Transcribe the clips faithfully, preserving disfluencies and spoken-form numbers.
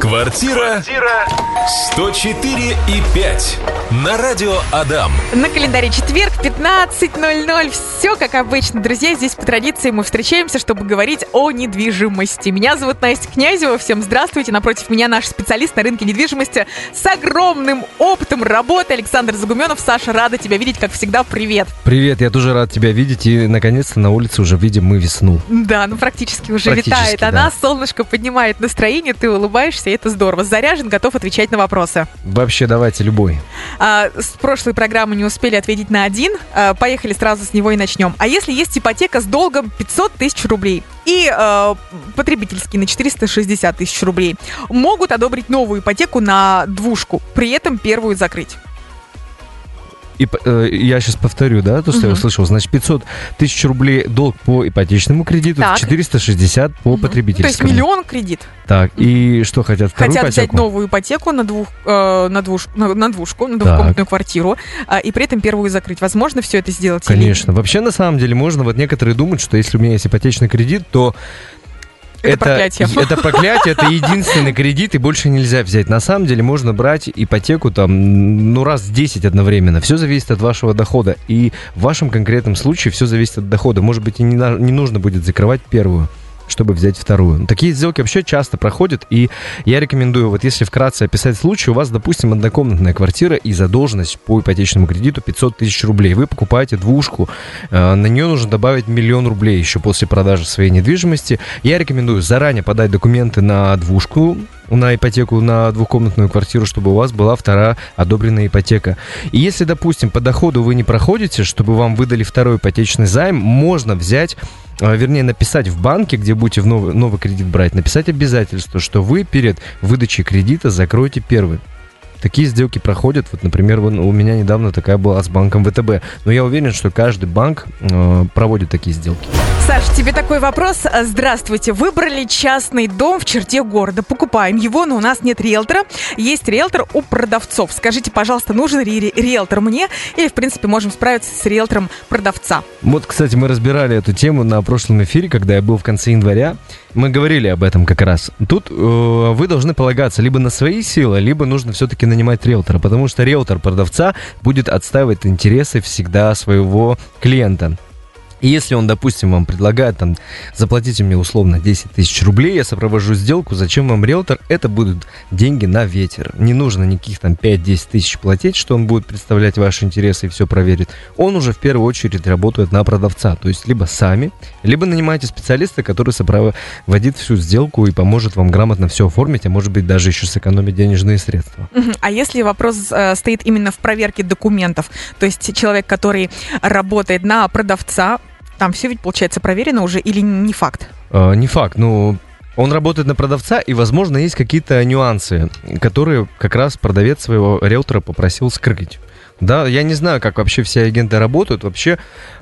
Квартира сто четыре и пять на радио Адам. На календаре четверг, пятнадцать ноль ноль. Все как обычно. Друзья, здесь по традиции мы встречаемся, чтобы говорить о недвижимости. Меня зовут Настя Князева. Всем здравствуйте. Напротив меня наш специалист на рынке недвижимости с огромным опытом работы Александр Загуменов. Саша, рада тебя видеть, как всегда. Привет. Привет, я тоже рад тебя видеть. И, наконец-то, на улице уже видим мы весну. Да, ну практически уже Практически, летает. да. Она, солнышко поднимает настроение, ты улыбаешься, и это здорово. Заряжен, готов отвечать на вопросы. Вообще, давайте любой. А, с прошлой программы не успели ответить на один. А, поехали сразу с него и начнем. А если есть ипотека с долгом пятьсот тысяч рублей и а, потребительский на четыреста шестьдесят тысяч рублей, могут одобрить новую ипотеку на двушку, при этом первую закрыть? И, э, я сейчас повторю, да, то, что Угу. я услышал. Значит, пятьсот тысяч рублей долг по ипотечному кредиту, Так. четыреста шестьдесят по Мгм. потребительскому. То есть миллион кредит. Так, и что хотят? Вторую Хотят взять ипотеку? новую ипотеку на, двух, э, на, двуш, на, на двушку, на двухкомнатную квартиру, а, и при этом первую закрыть. Возможно все это сделать? или- Конечно. Вообще, на самом деле, можно, вот некоторые думают, что если у меня есть ипотечный кредит, то Это проклятие. Это проклятие, это единственный кредит, и больше нельзя взять. На самом деле можно брать ипотеку там, ну, раз в десять одновременно. Все зависит от вашего дохода. И в вашем конкретном случае все зависит от дохода. Может быть, и не, на- не нужно будет закрывать первую, чтобы взять вторую. Такие сделки вообще часто проходят, и я рекомендую, вот если вкратце описать случай, у вас, допустим, однокомнатная квартира и задолженность по ипотечному кредиту пятьсот тысяч рублей. Вы покупаете двушку, э, на нее нужно добавить миллион рублей еще после продажи своей недвижимости. Я рекомендую заранее подать документы на двушку, на ипотеку на двухкомнатную квартиру, чтобы у вас была вторая одобренная ипотека. И если, допустим, по доходу вы не проходите, чтобы вам выдали второй ипотечный займ, можно взять, а, вернее, написать в банке, где будете в новый, новый кредит брать, написать обязательство, что вы перед выдачей кредита закроете первый. Такие сделки проходят. Вот, например, вон у меня недавно такая была с банком ВТБ. Но я уверен, что каждый банк э, проводит такие сделки. Саш, тебе такой вопрос. Здравствуйте. Выбрали частный дом в черте города. Покупаем его, но у нас нет риэлтора. Есть риэлтор у продавцов. Скажите, пожалуйста, нужен ли ри- риэлтор мне? Или, в принципе, можем справиться с риэлтором продавца? Вот, кстати, мы разбирали эту тему на прошлом эфире, когда я был в конце января. Мы говорили об этом как раз. Тут э, вы должны полагаться либо на свои силы, либо нужно все-таки нанимать риэлтора, потому что риэлтор продавца будет отстаивать интересы всегда своего клиента. И если он, допустим, вам предлагает, там, заплатите мне условно десять тысяч рублей, я сопровожу сделку, зачем вам риэлтор? Это будут деньги на ветер. Не нужно никаких там пять-десять тысяч платить, что он будет представлять ваши интересы и все проверит. Он уже в первую очередь работает на продавца, то есть либо сами, либо нанимаете специалиста, который сопроводит всю сделку и поможет вам грамотно все оформить, а может быть даже еще сэкономить денежные средства. Мгм. А если вопрос э, стоит именно в проверке документов, то есть человек, который работает на продавца, там все ведь, получается, проверено уже или не факт? Э, не факт, но он работает на продавца, и, возможно, есть какие-то нюансы, которые как раз продавец своего риэлтора попросил скрыть. Да, я не знаю, как вообще все агенты работают. Вообще,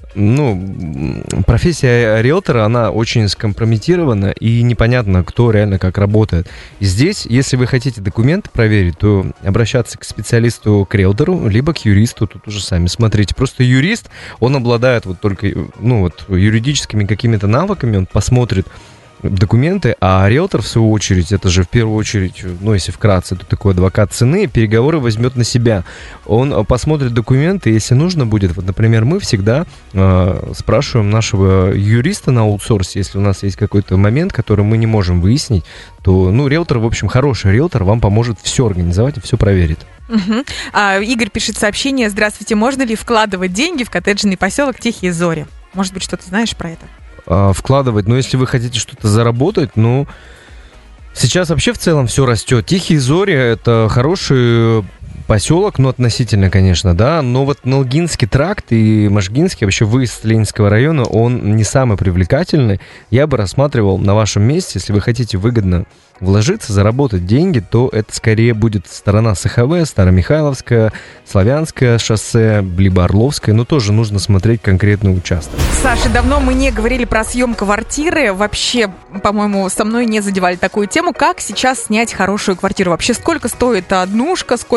ну, профессия риэлтора, она очень скомпрометирована, и непонятно, кто реально как работает. И здесь, если вы хотите документы проверить, то обращаться к специалисту, к риэлтору, либо к юристу, тут уже сами смотрите. Просто юрист, он обладает вот только, ну, вот, юридическими какими-то навыками, он посмотрит документы, а риэлтор, в свою очередь, это же в первую очередь, ну, если вкратце, то такой адвокат цены, переговоры возьмет на себя. Он посмотрит документы, если нужно будет, вот, например, мы всегда э, спрашиваем нашего юриста на аутсорсе, если у нас есть какой-то момент, который мы не можем выяснить, то, ну, риэлтор, в общем, хороший риэлтор вам поможет все организовать и все проверит. Мгм. А, Игорь пишет сообщение. Здравствуйте, можно ли вкладывать деньги в коттеджный поселок Тихие Зори? Может быть, что-то знаешь про это? Вкладывать, но если вы хотите что-то заработать, ну, сейчас вообще в целом все растет. Тихие Зори — это хороший поселок, ну, относительно, конечно, да, но вот Нолгинский тракт и Можгинский, вообще выезд с Ленинского района, он не самый привлекательный. Я бы рассматривал на вашем месте, если вы хотите выгодно вложиться, заработать деньги, то это скорее будет сторона СХВ, Старомихайловская, Славянское шоссе, либо Орловское, но тоже нужно смотреть конкретный участок. Саша, давно мы не говорили про съем квартиры. Вообще, по-моему, со мной не задевали такую тему. Как сейчас снять хорошую квартиру? Вообще, сколько стоит однушка, сколько стоит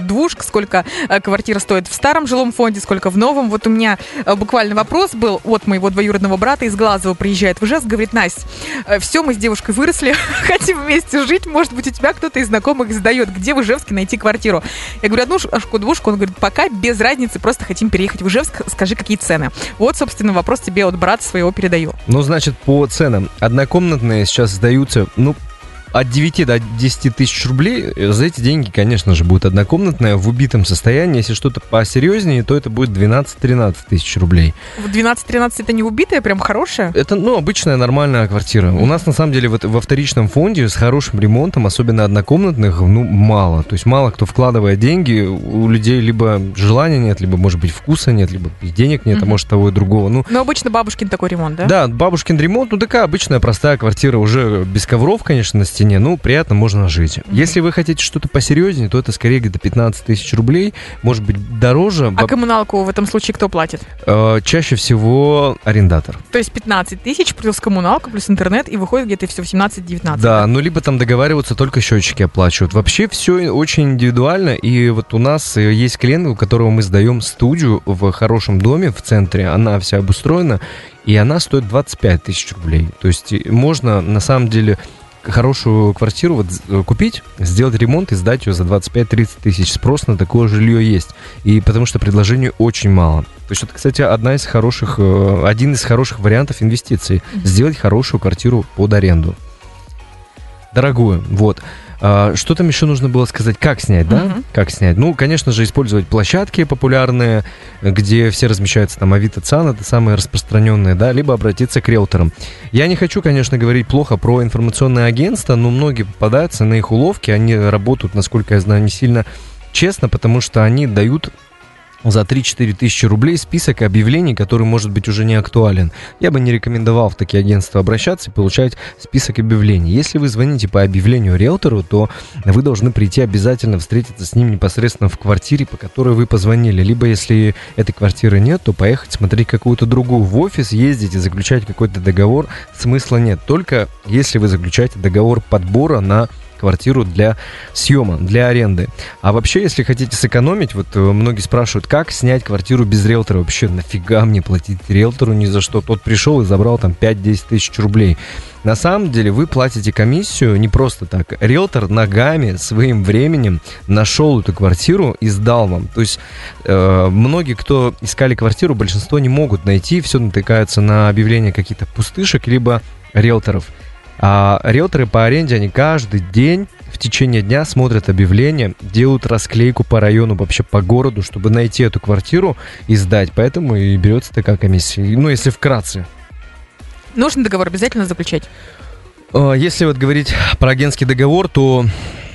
стоит двушка, сколько квартира стоит в старом жилом фонде, сколько в новом. Вот у меня буквально вопрос был от моего двоюродного брата из Глазова, приезжает в Ижевск, говорит: Настя, все, мы с девушкой выросли, хотим вместе жить, может быть, у тебя кто-то из знакомых задает, где в Ижевске найти квартиру. Я говорю: однушку, двушку. Он говорит: пока без разницы, просто хотим переехать в Ижевск, скажи, какие цены. Вот, собственно, вопрос тебе от брата своего передаю. Ну, значит, по ценам. Однокомнатные сейчас сдаются, ну, от девяти до десяти тысяч рублей. За эти деньги, конечно же, будет однокомнатная в убитом состоянии. Если что-то посерьезнее, то это будет двенадцать-тринадцать тысяч рублей. двенадцать-тринадцать это не убитая, прям хорошая? Это, ну, обычная нормальная квартира. У нас, на самом деле, вот во вторичном фонде с хорошим ремонтом, особенно однокомнатных, ну, мало. То есть мало кто вкладывает деньги. У людей либо желания нет, либо, может быть, вкуса нет, либо денег нет, mm-hmm. а может, того и другого. Ну, Но обычно бабушкин такой ремонт, да? Да, бабушкин ремонт, ну, такая обычная простая квартира, уже без ковров, конечно, на стене. Ну, приятно, можно жить. Mm-hmm. Если вы хотите что-то посерьезнее, то это скорее где-то пятнадцать тысяч рублей, может быть, дороже. А коммуналку в этом случае кто платит? Э, чаще всего арендатор. То есть пятнадцать тысяч плюс коммуналка, плюс интернет, и выходит где-то все в семнадцать-девятнадцать. Да, да, ну, либо там договариваются, только счетчики оплачивают. Вообще все очень индивидуально, и вот у нас есть клиент, у которого мы сдаем студию в хорошем доме в центре, она вся обустроена, и она стоит двадцать пять тысяч рублей. То есть можно, на самом деле, хорошую квартиру вот купить, сделать ремонт и сдать ее за двадцать пять-тридцать тысяч. Спрос на такое жилье есть. И потому что предложений очень мало. То есть это, кстати, одна из хороших, один из хороших вариантов инвестиций. Сделать хорошую квартиру под аренду. Дорогую. Вот. Что там еще нужно было сказать? Как снять, да? Uh-huh. Как снять? Ну, конечно же, использовать площадки популярные, где все размещаются, там, Авито, Цан, это самые распространенные, да, либо обратиться к риэлторам. Я не хочу, конечно, говорить плохо про информационные агентства, но многие попадаются на их уловки, они работают, насколько я знаю, не сильно честно, потому что они дают за три-четыре тысячи рублей список объявлений, который, может быть, уже не актуален. Я бы не рекомендовал в такие агентства обращаться и получать список объявлений. Если вы звоните по объявлению риэлтору, то вы должны прийти обязательно встретиться с ним непосредственно в квартире, по которой вы позвонили. Либо, если этой квартиры нет, то поехать смотреть какую-то другую в офис, ездить и заключать какой-то договор смысла нет. Только если вы заключаете договор подбора на квартиру для съема, для аренды. А вообще, если хотите сэкономить, вот многие спрашивают, как снять квартиру без риэлтора? Вообще, нафига мне платить риэлтору ни за что? Тот пришел и забрал там пять-десять тысяч рублей. На самом деле, вы платите комиссию не просто так. Риэлтор ногами, своим временем нашел эту квартиру и сдал вам. То есть, э, многие, кто искали квартиру, большинство не могут найти, все натыкаются на объявления каких-то пустышек, либо риэлторов. А риэлторы по аренде, они каждый день в течение дня смотрят объявления, делают расклейку по району, вообще по городу, чтобы найти эту квартиру и сдать. Поэтому и берется такая комиссия. Ну, если вкратце. Нужно договор обязательно заключать? Если вот говорить про агентский договор, то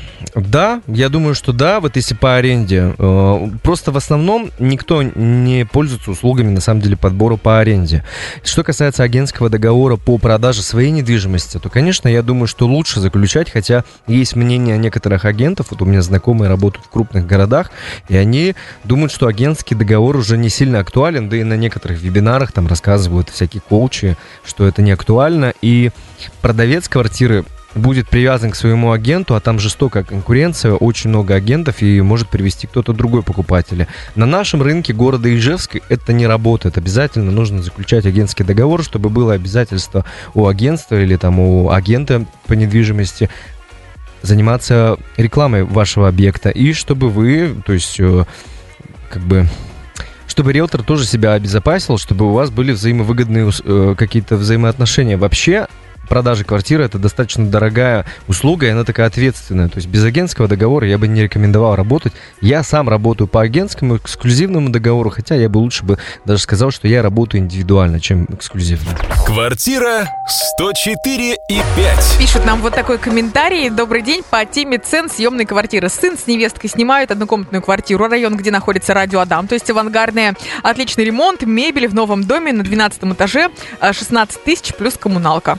да, я думаю, что да, вот если по аренде. Просто в основном никто не пользуется услугами, на самом деле, подбора по аренде. Что касается агентского договора по продаже своей недвижимости, то, конечно, я думаю, что лучше заключать, хотя есть мнение некоторых агентов, вот у меня знакомые работают в крупных городах, и они думают, что агентский договор уже не сильно актуален, да и на некоторых вебинарах там рассказывают всякие коучи, что это не актуально, и продавец квартиры будет привязан к своему агенту, а там жестокая конкуренция, очень много агентов, и может привести кто-то другой покупателя. На нашем рынке города Ижевск это не работает. Обязательно нужно заключать агентский договор, чтобы было обязательство у агентства или там у агента по недвижимости заниматься рекламой вашего объекта, и чтобы вы, то есть, как бы, чтобы риэлтор тоже себя обезопасил, чтобы у вас были взаимовыгодные э, какие-то взаимоотношения. Вообще, продажа квартиры — это достаточно дорогая услуга, и она такая ответственная. То есть без агентского договора я бы не рекомендовал работать. Я сам работаю по агентскому эксклюзивному договору, хотя я бы лучше бы даже сказал, что я работаю индивидуально, чем эксклюзивно. Квартира сто четыре и пять. Пишут нам вот такой комментарий. Добрый день. По теме цен съемной квартиры. Сын с невесткой снимают однокомнатную квартиру. Район, где находится радио Адам, то есть авангардная. Отличный ремонт, мебель в новом доме на двенадцатом этаже. шестнадцать тысяч плюс коммуналка.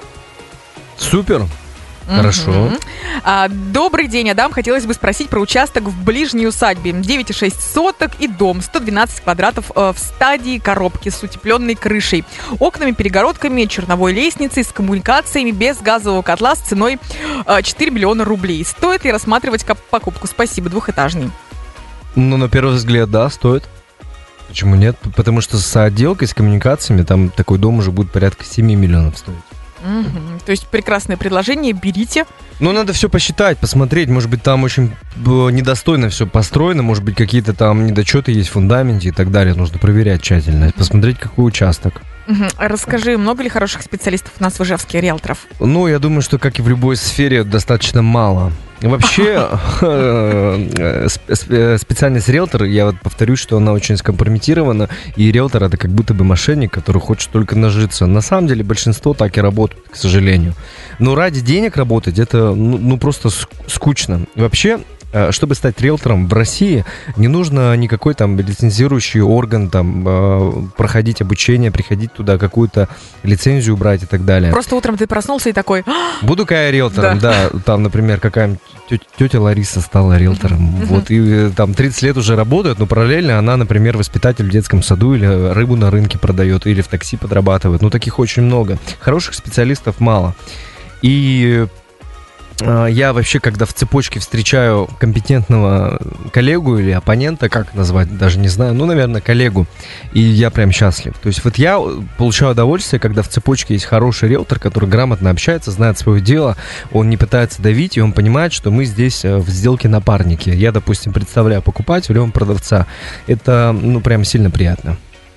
Супер. Хорошо. Mm-hmm. А, добрый день, Адам. Хотелось бы спросить про участок в ближней усадьбе. девять и шесть соток и дом. сто двенадцать квадратов э, в стадии коробки с утепленной крышей. Окнами, перегородками, черновой лестницей, с коммуникациями, без газового котла, с ценой э, четыре миллиона рублей. Стоит ли рассматривать покупку? Спасибо. Двухэтажный. Ну, на первый взгляд, да, стоит. Почему нет? Потому что с отделкой, с коммуникациями, там такой дом уже будет порядка семь миллионов стоить. Угу. То есть прекрасное предложение, берите. Ну, надо все посчитать, посмотреть. Может быть, там очень недостойно все построено, может быть, какие-то там недочеты есть в фундаменте и так далее. Нужно проверять тщательно, посмотреть, какой участок. Угу. Расскажи, много ли хороших специалистов у нас в Ижевске, риэлторов? Ну, я думаю, что, как и в любой сфере, достаточно мало. Вообще, специальность риэлтора, я вот повторюсь, что она очень скомпрометирована, и риэлтор — это как будто бы мошенник, который хочет только нажиться. На самом деле большинство так и работают, к сожалению. Но ради денег работать — это ну, ну просто скучно. Вообще, чтобы стать риэлтором в России, не нужно никакой там лицензирующий орган, там, проходить обучение, приходить туда, какую-то лицензию брать и так далее. Просто утром ты проснулся и такой... Буду-ка я риэлтором, да. да. Там, например, какая-нибудь тетя, тетя Лариса стала риэлтором. Mm-hmm. Вот, и там тридцать лет уже работает, но параллельно она, например, воспитатель в детском саду или рыбу на рынке продает, или в такси подрабатывает. Ну, таких очень много. Хороших специалистов мало. И... Я вообще, когда в цепочке встречаю компетентного коллегу или оппонента, как назвать, даже не знаю, ну, наверное, коллегу, и я прям счастлив. То есть вот я получаю удовольствие, когда в цепочке есть хороший риэлтор, который грамотно общается, знает свое дело, он не пытается давить, и он понимает, что мы здесь в сделке напарники. Я, допустим, представляю покупателя, он продавца. Это, ну, прям сильно приятно.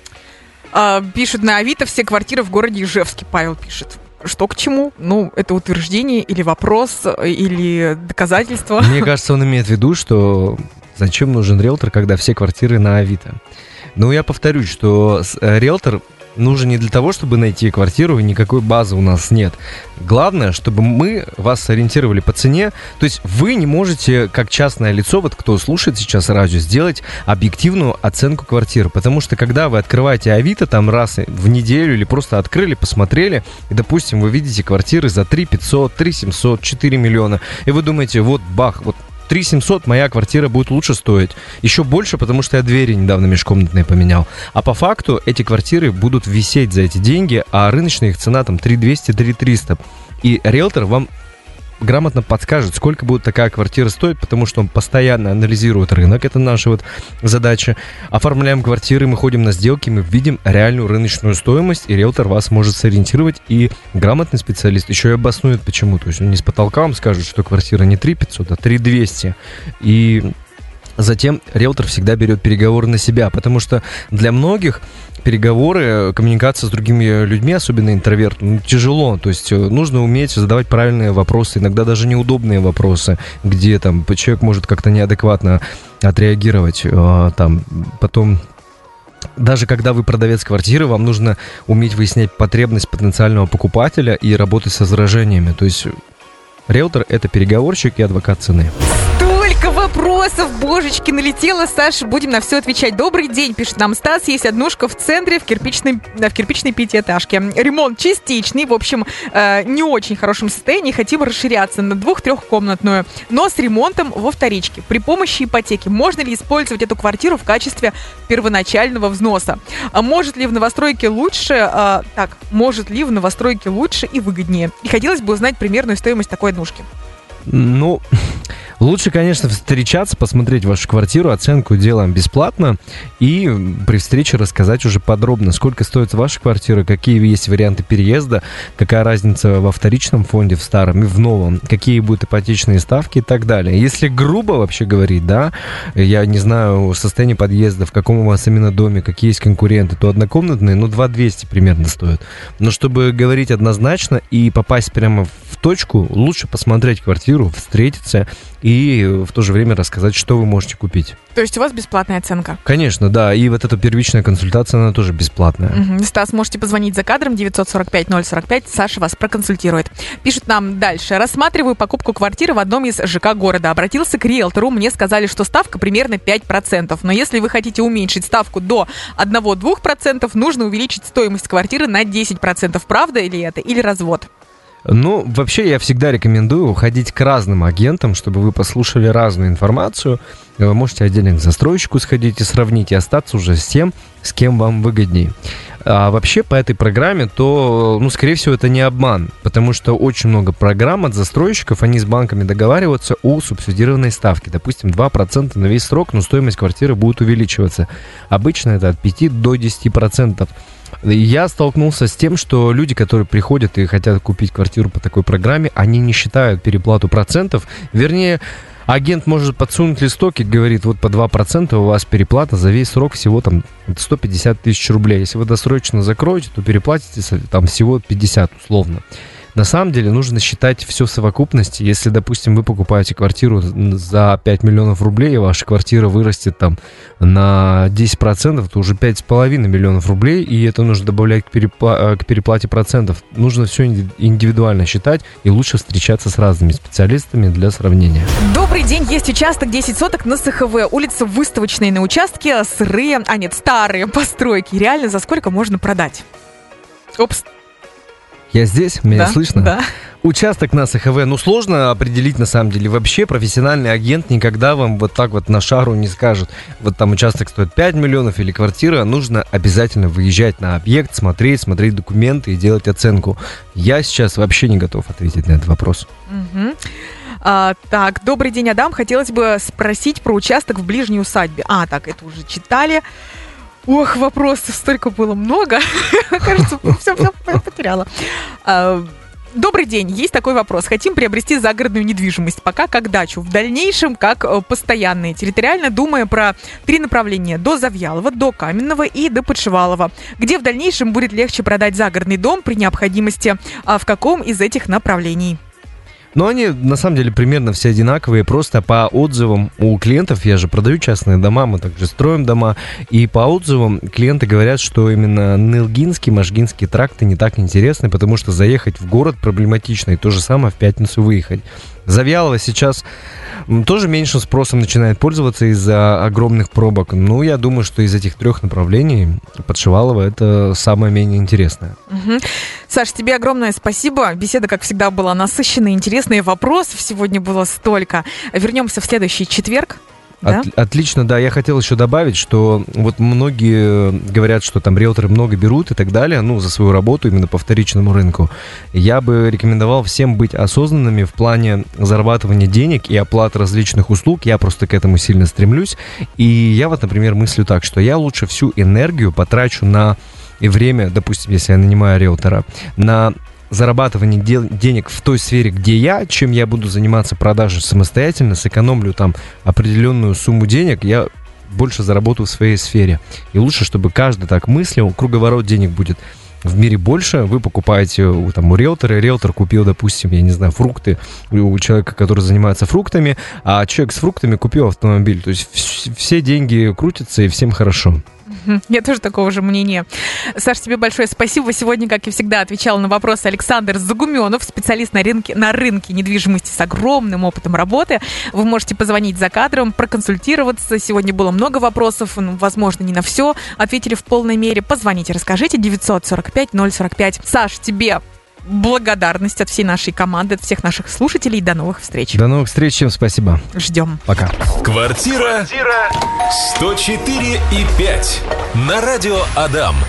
А, пишут на Авито: все квартиры в городе Ижевске, Павел пишет. Что к чему? Ну, это утверждение или вопрос, или доказательство? Мне кажется, он имеет в виду, что зачем нужен риэлтор, когда все квартиры на Авито. Ну, я повторюсь, что риэлтор нужен не для того, чтобы найти квартиру, и никакой базы у нас нет. Главное, чтобы мы вас сориентировали по цене. То есть вы не можете, как частное лицо, вот кто слушает сейчас радио, сделать объективную оценку квартиры. Потому что когда вы открываете Авито там раз в неделю или просто открыли, посмотрели, и, допустим, вы видите квартиры за три пятьсот, три семьсот, четыре миллиона, и вы думаете, вот бах, вот три семьсот моя квартира будет лучше стоить. Еще больше, потому что я двери недавно межкомнатные поменял. А по факту эти квартиры будут висеть за эти деньги, а рыночная их цена там три двести, три триста. И риэлтор вам грамотно подскажет, сколько будет такая квартира стоить, потому что он постоянно анализирует рынок, это наша вот задача. Оформляем квартиры, мы ходим на сделки, мы видим реальную рыночную стоимость, и риэлтор вас может сориентировать, и грамотный специалист еще и обоснует, почему. То есть он не с потолка вам скажет, что квартира не три пятьсот, а три двести. И затем риэлтор всегда берет переговоры на себя, потому что для многих переговоры, коммуникация с другими людьми, особенно интроверту, ну, тяжело. То есть нужно уметь задавать правильные вопросы, иногда даже неудобные вопросы, где там человек может как-то неадекватно отреагировать. Там, потом, даже когда вы продавец квартиры, вам нужно уметь выяснять потребность потенциального покупателя и работать с возражениями. То есть риэлтор — это переговорщик и адвокат цены. Вопросов, божечки, налетело. Саша, будем на все отвечать. Добрый день, пишет нам Стас. Есть однушка в центре, в кирпичной, в кирпичной пятиэтажке. Ремонт частичный, в общем, э, не очень хорошем состоянии. Хотим расширяться на двух-трехкомнатную, но с ремонтом во вторичке. При помощи ипотеки можно ли использовать эту квартиру в качестве первоначального взноса? А может ли в новостройке лучше, э, так, может ли в новостройке лучше и выгоднее? И хотелось бы узнать примерную стоимость такой однушки. Ну, лучше, конечно, встречаться, посмотреть вашу квартиру, оценку делаем бесплатно, и при встрече рассказать уже подробно, сколько стоит ваша квартира, какие есть варианты переезда, какая разница во вторичном фонде, в старом и в новом, какие будут ипотечные ставки и так далее. Если грубо вообще говорить, да, я не знаю состояние подъезда, в каком у вас именно доме, какие есть конкуренты, то однокомнатные, ну, два двести примерно стоят. Но чтобы говорить однозначно и попасть прямо в точку, лучше посмотреть квартиру, встретиться и в то же время рассказать, что вы можете купить. То есть у вас бесплатная оценка? Конечно, да. И вот эта первичная консультация, она тоже бесплатная. Угу. Стас, можете позвонить за кадром девятьсот сорок пять ноль сорок пять. Саша вас проконсультирует. Пишет нам дальше. Рассматриваю покупку квартиры в одном из ЖК города. Обратился к риэлтору. Мне сказали, что ставка примерно пять процентов. Но если вы хотите уменьшить ставку до один-два процента, нужно увеличить стоимость квартиры на десять процентов. Правда ли это? Или развод? Ну, вообще, я всегда рекомендую ходить к разным агентам, чтобы вы послушали разную информацию. Вы можете отдельно к застройщику сходить и сравнить, и остаться уже с тем, с кем вам выгоднее. А вообще по этой программе, то, ну, скорее всего, это не обман, потому что очень много программ от застройщиков, они с банками договариваются о субсидированной ставке. Допустим, два процента на весь срок, но стоимость квартиры будет увеличиваться. Обычно это от пяти до десяти процентов. Я столкнулся с тем, что люди, которые приходят и хотят купить квартиру по такой программе, они не считают переплату процентов. Вернее, агент может подсунуть листок и говорит, вот по два процента у вас переплата за весь срок всего там сто пятьдесят тысяч рублей. Если вы досрочно закроете, то переплатите там всего пятьдесят условно. На самом деле нужно считать все в совокупности. Если, допустим, вы покупаете квартиру за пять миллионов рублей, и ваша квартира вырастет там на десять процентов, то уже пять с половиной миллионов рублей, и это нужно добавлять к, перепла- к переплате процентов. Нужно все индивидуально считать, и лучше встречаться с разными специалистами для сравнения. Добрый день. Есть участок десять соток на СХВ. Улица Выставочная, на участке сырые, а нет, старые постройки. Реально, за сколько можно продать? Опс. Я здесь, меня да, слышно? Да. Участок на СХВ, ну, сложно определить на самом деле. Вообще профессиональный агент никогда вам вот так вот на шару не скажет. Вот там участок стоит пять миллионов или квартира. Нужно обязательно выезжать на объект, смотреть, смотреть документы и делать оценку. Я сейчас вообще не готов ответить на этот вопрос. Угу. А, так, добрый день, Адам. Хотелось бы спросить про участок в ближней усадьбе. А, так, это уже читали. Ох, вопросов столько было много. Кажется, все, все потеряла. Добрый день, есть такой вопрос. Хотим приобрести загородную недвижимость, пока как дачу, в дальнейшем как постоянные. Территориально думая про три направления: до Завьялова, до Каменного и до Подшивалова. Где в дальнейшем будет легче продать загородный дом при необходимости, а в каком из этих направлений? Но они, на самом деле, примерно все одинаковые, просто по отзывам у клиентов, я же продаю частные дома, мы также строим дома, и по отзывам клиенты говорят, что именно Нылгинский, Можгинский тракты не так интересны, потому что заехать в город проблематично, и то же самое в пятницу выехать. Завьялово сейчас тоже меньшим спросом начинает пользоваться из-за огромных пробок. Ну, я думаю, что из этих трех направлений Подшивалово это самое менее интересное. Угу. Саш, тебе огромное спасибо. Беседа, как всегда, была насыщенная, интересные вопросов сегодня было столько. Вернемся в следующий четверг. Да? От, отлично, да. Я хотел еще добавить, что вот многие говорят, что там риэлторы много берут и так далее, ну, за свою работу именно по вторичному рынку. Я бы рекомендовал всем быть осознанными в плане зарабатывания денег и оплаты различных услуг. Я просто к этому сильно стремлюсь. И я вот, например, мыслю так, что я лучше всю энергию потрачу на и время, допустим, если я нанимаю риэлтора, на зарабатывание де- денег в той сфере, где я, чем я буду заниматься продажей самостоятельно, сэкономлю там определенную сумму денег, я больше заработаю в своей сфере. И лучше, чтобы каждый так мыслил, круговорот денег будет в мире больше. Вы покупаете у, там, у риэлтора, риэлтор купил, допустим, я не знаю, фрукты у человека, который занимается фруктами, а человек с фруктами купил автомобиль. То есть в- все деньги крутятся и всем хорошо. Я тоже такого же мнения. Саш, тебе большое спасибо. Сегодня, как и всегда, отвечал на вопросы Александр Загуменов, специалист на рынке, на рынке недвижимости с огромным опытом работы. Вы можете позвонить за кадром, проконсультироваться. Сегодня было много вопросов, ну, возможно, не на все ответили в полной мере. Позвоните, расскажите. девятьсот сорок пять ноль сорок пять. Саш, тебе благодарность от всей нашей команды, от всех наших слушателей. До новых встреч. До новых встреч. Всем спасибо. Ждем. Пока. Квартира сто четыре и пять на радио Адам.